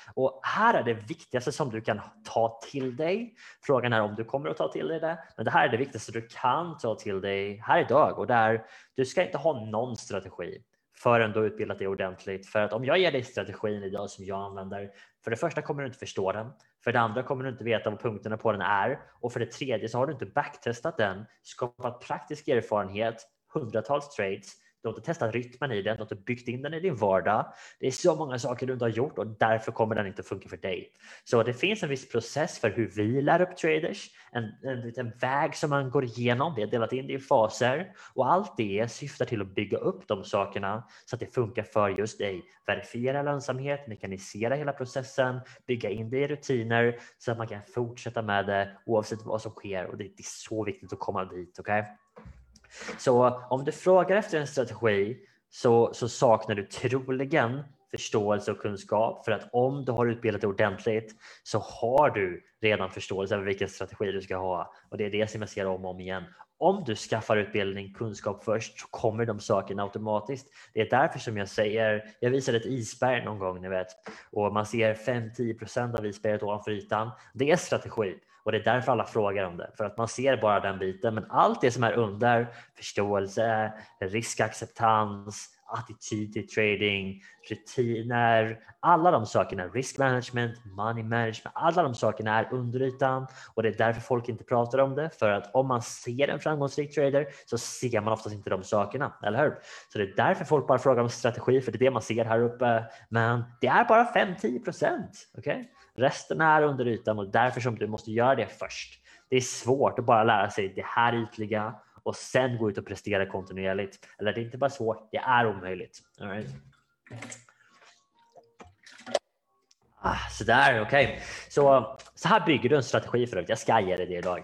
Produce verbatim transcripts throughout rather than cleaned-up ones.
Och här är det viktigaste som du kan ta till dig. Frågan är om du kommer att ta till dig det. Men det här är det viktigaste du kan ta till dig här idag. Och där du ska inte ha någon strategi förrän du har utbildat dig ordentligt. För att om jag ger dig strategin idag som jag använder, för det första kommer du inte förstå den. För det andra kommer du inte veta vad punkterna på den är. Och för det tredje så har du inte backtestat den, skapat praktisk erfarenhet, hundratals trades. Du har inte testat rytmen i den, du har inte byggt in den i din vardag. Det är så många saker du inte har gjort och därför kommer den inte funka för dig. Så det finns en viss process för hur vi lär upp traders. En, en liten väg som man går igenom, det är delat in det i faser. Och allt det syftar till att bygga upp de sakerna så att det funkar för just dig. Verifiera lönsamhet, mekanisera hela processen, bygga in det i rutiner så att man kan fortsätta med det oavsett vad som sker. Och det är så viktigt att komma dit, okej? Okay? Så om du frågar efter en strategi så, så saknar du troligen förståelse och kunskap, för att om du har utbildat dig ordentligt så har du redan förståelse över vilken strategi du ska ha, och det är det som jag ser om och om igen. Om du skaffar utbildning, kunskap först, så kommer de sakerna automatiskt. Det är därför som jag säger, jag visade ett isberg någon gång, ni vet, och man ser fem till tio procent av isberget ovanför ytan. Det är strategi. Och det är därför alla frågar om det. För att man ser bara den biten. Men allt det som är under, förståelse, riskacceptans, attityd till trading, rutiner, alla de sakerna, risk management, money management, alla de sakerna är under ytan. Och det är därför folk inte pratar om det. För att om man ser en framgångsrik trader så ser man oftast inte de sakerna, eller hur? Så det är därför folk bara frågar om strategi, för det är det man ser här uppe. Men det är bara fem till tio procent, okej? Okay? Resten är under ytan, och därför som du måste göra det först. Det är svårt att bara lära sig det här ytliga och sen gå ut och prestera kontinuerligt. Eller det är inte bara svårt, det är omöjligt. All right. Ah, så där, okej. Okay. Så, så här bygger du en strategi för att jag ska ge dig det idag.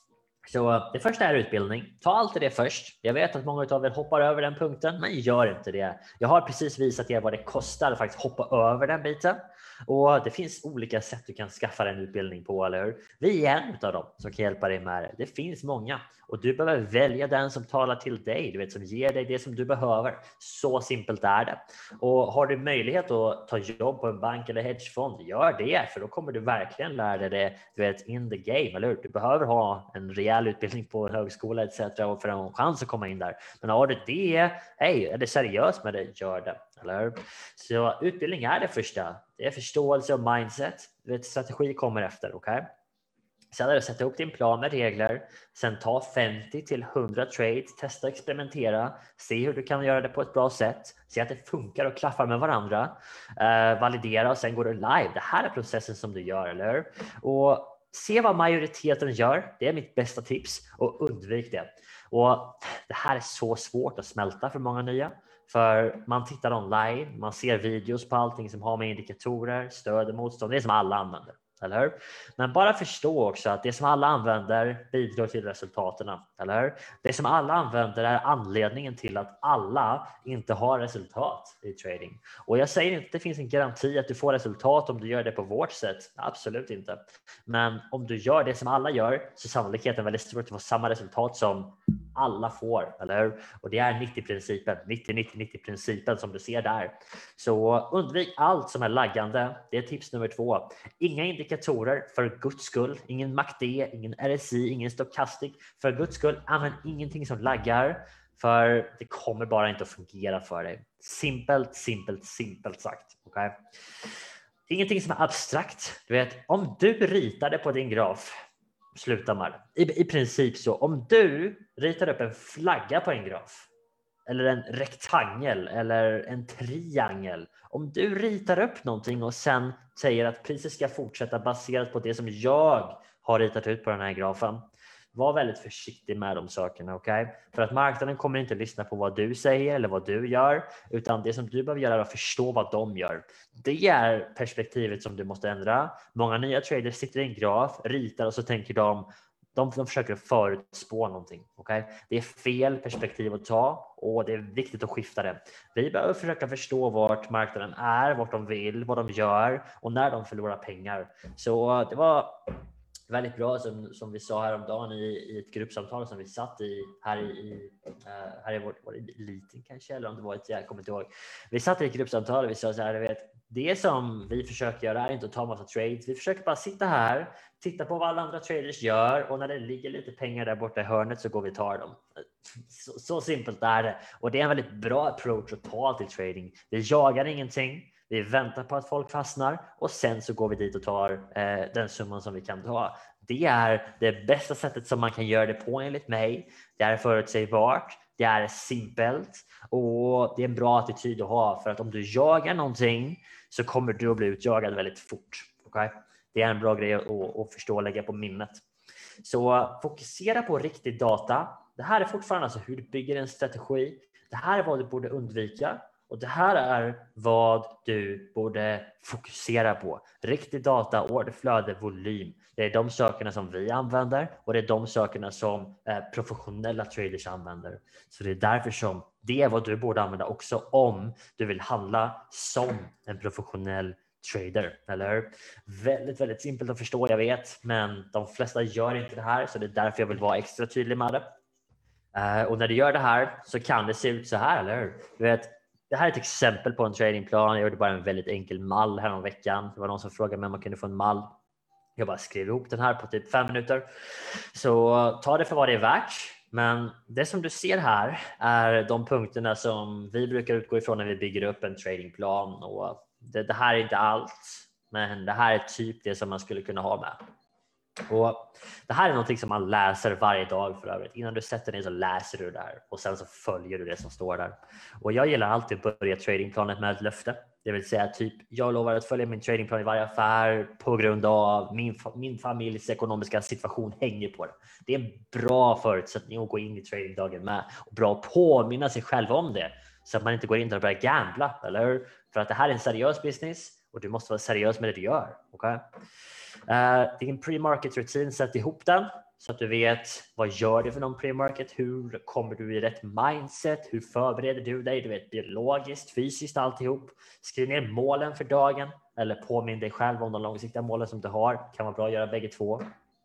Så det första är utbildning. Ta alltid det först. Jag vet att många av er hoppar över den punkten, men gör inte det. Jag har precis visat er vad det kostar att faktiskt hoppa över den biten. Och det finns olika sätt du kan skaffa en utbildning på, eller hur? Vi är en av dem som kan hjälpa dig med det. Det finns många. Och du behöver välja den som talar till dig, du vet, som ger dig det som du behöver. Så simpelt är det. Och har du möjlighet att ta jobb på en bank eller hedgefond, gör det. För då kommer du verkligen lära dig det, du vet, in the game, eller hur? Du behöver ha en rejäl utbildning på en högskola et cetera och för att ha en chans att komma in där. Men har du det, hej, är det seriöst med det, gör det. Eller? Så utbildning är det första. Det är förståelse och mindset. Du vet, strategi kommer efter, okej? Okay? Sen är det att sätta upp din plan med regler. Sen ta femtio till hundra trades. Testa och experimentera. Se hur du kan göra det på ett bra sätt. Se att det funkar och klaffar med varandra. Uh, validera och sen går du live. Det här är processen som du gör, eller? Och se vad majoriteten gör. Det är mitt bästa tips. Och undvik det. Och det här är så svårt att smälta för många nya. För man tittar online, man ser videos på allting som har med indikatorer, stöd och motstånd. Det är som alla använder, eller hur? Men bara förstå också att det som alla använder bidrar till resultaten, eller hur? Det som alla använder är anledningen till att alla inte har resultat i trading. Och jag säger inte att det finns en garanti att du får resultat om du gör det på vårt sätt. Absolut inte. Men om du gör det som alla gör så är sannolikheten väldigt stor att du får samma resultat som alla får, eller hur? Och det är nittio-principen, nittio nittio nittio-principen som du ser där. Så undvik allt som är laggande. Det är tips nummer två. Inga indikatorer, för Guds skull. Ingen M A C D, ingen R S I, ingen stochastic. För Guds skull, använd ingenting som laggar. För det kommer bara inte att fungera för dig. Simpelt, simpelt, simpelt sagt. Okay? Ingenting som är abstrakt. Du vet, om du ritar det på din graf, sluta med det. I, I princip så. Om du ritar upp en flagga på en graf, eller en rektangel eller en triangel. Om du ritar upp någonting och sen säger att priset ska fortsätta baserat på det som jag har ritat ut på den här grafen. Var väldigt försiktig med de sakerna, okej? Okay? För att marknaden kommer inte lyssna på vad du säger eller vad du gör, utan det som du behöver göra är att förstå vad de gör. Det är perspektivet som du måste ändra. Många nya traders sitter i en graf, ritar och så tänker de De, de försöker förutspå någonting. Okay? Det är fel perspektiv att ta och det är viktigt att skifta det. Vi behöver försöka förstå vart marknaden är, vart de vill, vad de gör och när de förlorar pengar. Så det var väldigt bra som, som vi sa häromdagen i, i ett gruppsamtal som vi satt i här i, i uh, här i vårt, var det eliten kanske, eller om det var ett, jag kommer inte ihåg. Vi satt i ett gruppsamtal och vi sa så här, du vet, det som vi försöker göra är inte att ta massa trades. Vi försöker bara sitta här, titta på vad alla andra traders gör, och när det ligger lite pengar där borta i hörnet så går vi och tar dem. Så, så simpelt är det. Och det är en väldigt bra approach att ta till trading. Vi jagar ingenting. Vi väntar på att folk fastnar och sen så går vi dit och tar eh, den summan som vi kan ta. Det är det bästa sättet som man kan göra det på enligt mig. Det är förutsägbart. Det är simpelt och det är en bra attityd att ha, för att om du jagar någonting så kommer du att bli utjagad väldigt fort. Okay? Det är en bra grej att, att förstå och lägga på minnet. Så fokusera på riktig data. Det här är fortfarande alltså hur du bygger en strategi. Det här är vad du borde undvika. Och det här är vad du borde fokusera på. Riktig data, orderflöde, volym. Det är de sakerna som vi använder och det är de sakerna som eh, professionella traders använder. Så det är därför som det är vad du borde använda också om du vill handla som en professionell trader, eller väldigt, väldigt simpelt att förstå, jag vet, men de flesta gör inte det här, så det är därför jag vill vara extra tydlig med det. Uh, och när du gör det här så kan det se ut så här, eller hur? Du vet, det här är ett exempel på en tradingplan. Jag gjorde bara en väldigt enkel mall här om veckan. Det var någon som frågade mig om man kunde få en mall. Jag bara skrev ihop den här på typ fem minuter. Så ta det för vad det är värt. Men det som du ser här är de punkterna som vi brukar utgå ifrån när vi bygger upp en tradingplan. Och det, det här är inte allt, men det här är typ det som man skulle kunna ha med. Och det här är någonting som man läser varje dag för övrigt. Innan du sätter ner så läser du det där och sen så följer du det som står där. Och jag gillar alltid att börja tradingplanet med ett löfte. Det vill säga typ, jag lovar att följa min tradingplan i varje affär på grund av min, min familjs ekonomiska situation hänger på det. Det är en bra förutsättning att gå in i tradingdagen med och bra att påminna sig själv om det. Så att man inte går in och börjar gambla, eller hur? För att det här är en seriös business och du måste vara seriös med det du gör. Okay? Uh, din pre-market rutin, sätt ihop den så att du vet vad gör du för någon pre-market, hur kommer du i rätt mindset, hur förbereder du dig, du vet biologiskt, fysiskt, alltihop. Skriv ner målen för dagen eller påminn dig själv om de långsiktiga målen som du har, kan vara bra att göra bägge två.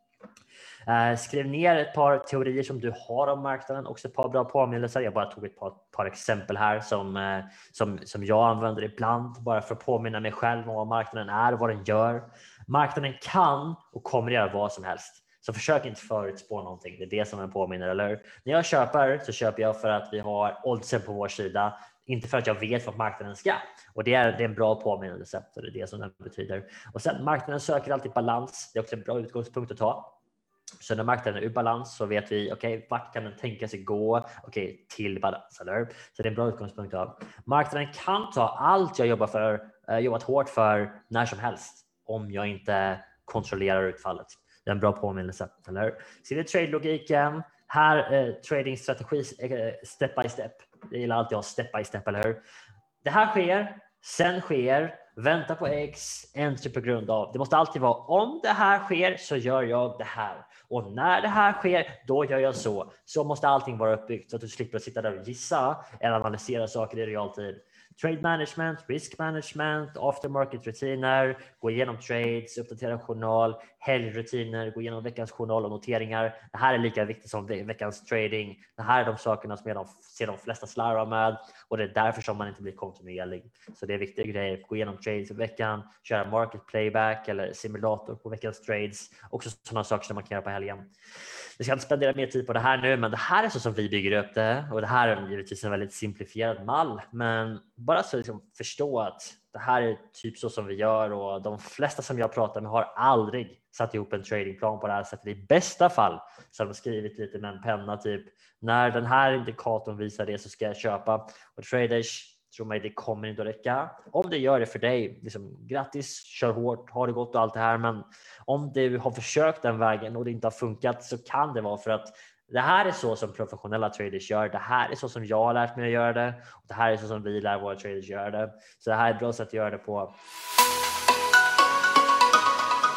Uh, skriv ner ett par teorier som du har om marknaden, också ett par bra påminnelser. Jag bara tog ett par, par exempel här som, uh, som, som jag använder ibland bara för att påminna mig själv om vad marknaden är och vad den gör. Marknaden kan och kommer göra vad som helst. Så försök inte förutspå någonting. Det är det som en påminner, eller hur? När jag köper så köper jag för att vi har oddsen på vår sida. Inte för att jag vet vad marknaden ska. Och det är, det är en bra påminnelse. Så det är det som den betyder. Och sen marknaden söker alltid balans. Det är också en bra utgångspunkt att ta. Så när marknaden är ur balans så vet vi, okej, okay, vart kan den tänka sig gå? Okej, okay, till balans, eller? Så det är en bra utgångspunkt av. Marknaden kan ta allt jag jobbar för, äh, jobbat hårt för när som helst. Om jag inte kontrollerar utfallet. Det är en bra påminnelse, eller? Ser du trade-logiken? Här eh, trading-strategi eh, step by step. Jag gillar alltid att ha step by step, eller hur? Det här sker, sen sker, vänta på X, enter på grund av. Det måste alltid vara, om det här sker så gör jag det här. Och när det här sker, då gör jag så. Så måste allting vara uppbyggt så att du slipper sitta där och gissa eller analysera saker i realtid. Trade management, risk management, aftermarket rutiner, gå igenom trades, uppdatera journal, helgrutiner, gå igenom veckans journal och noteringar. Det här är lika viktigt som veckans trading. Det här är de sakerna som jag ser de flesta slarva med och det är därför som man inte blir kontinuerlig. Så det är viktiga grejer. Gå igenom trades i veckan, köra market playback eller simulator på veckans trades. Också sådana saker som man kan göra på helgen. Vi ska inte spendera mer tid på det här nu, men det här är så som vi bygger upp det. Och det här är givetvis en väldigt simplifierad mall. Men bara så liksom förstå att det här är typ så som vi gör. Och de flesta som jag pratar med har aldrig satt ihop en tradingplan på det här sättet. I bästa fall så har de skrivit lite med en penna typ. När den här indikatorn visar det så ska jag köpa. Och traders, tror mig, det kommer inte att räcka. Om det gör det för dig, liksom, grattis, kör hårt, har det gått och allt det här. Men om du har försökt den vägen och det inte har funkat så kan det vara för att det här är så som professionella traders gör. Det här är så som jag har lärt mig att göra det. Och det här är så som vi lär våra traders göra det. Så det här är ett bra sätt att göra det på.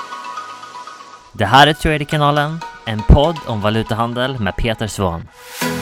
Det här är Traderkanalen, en podd om valutahandel med Peter Svahn.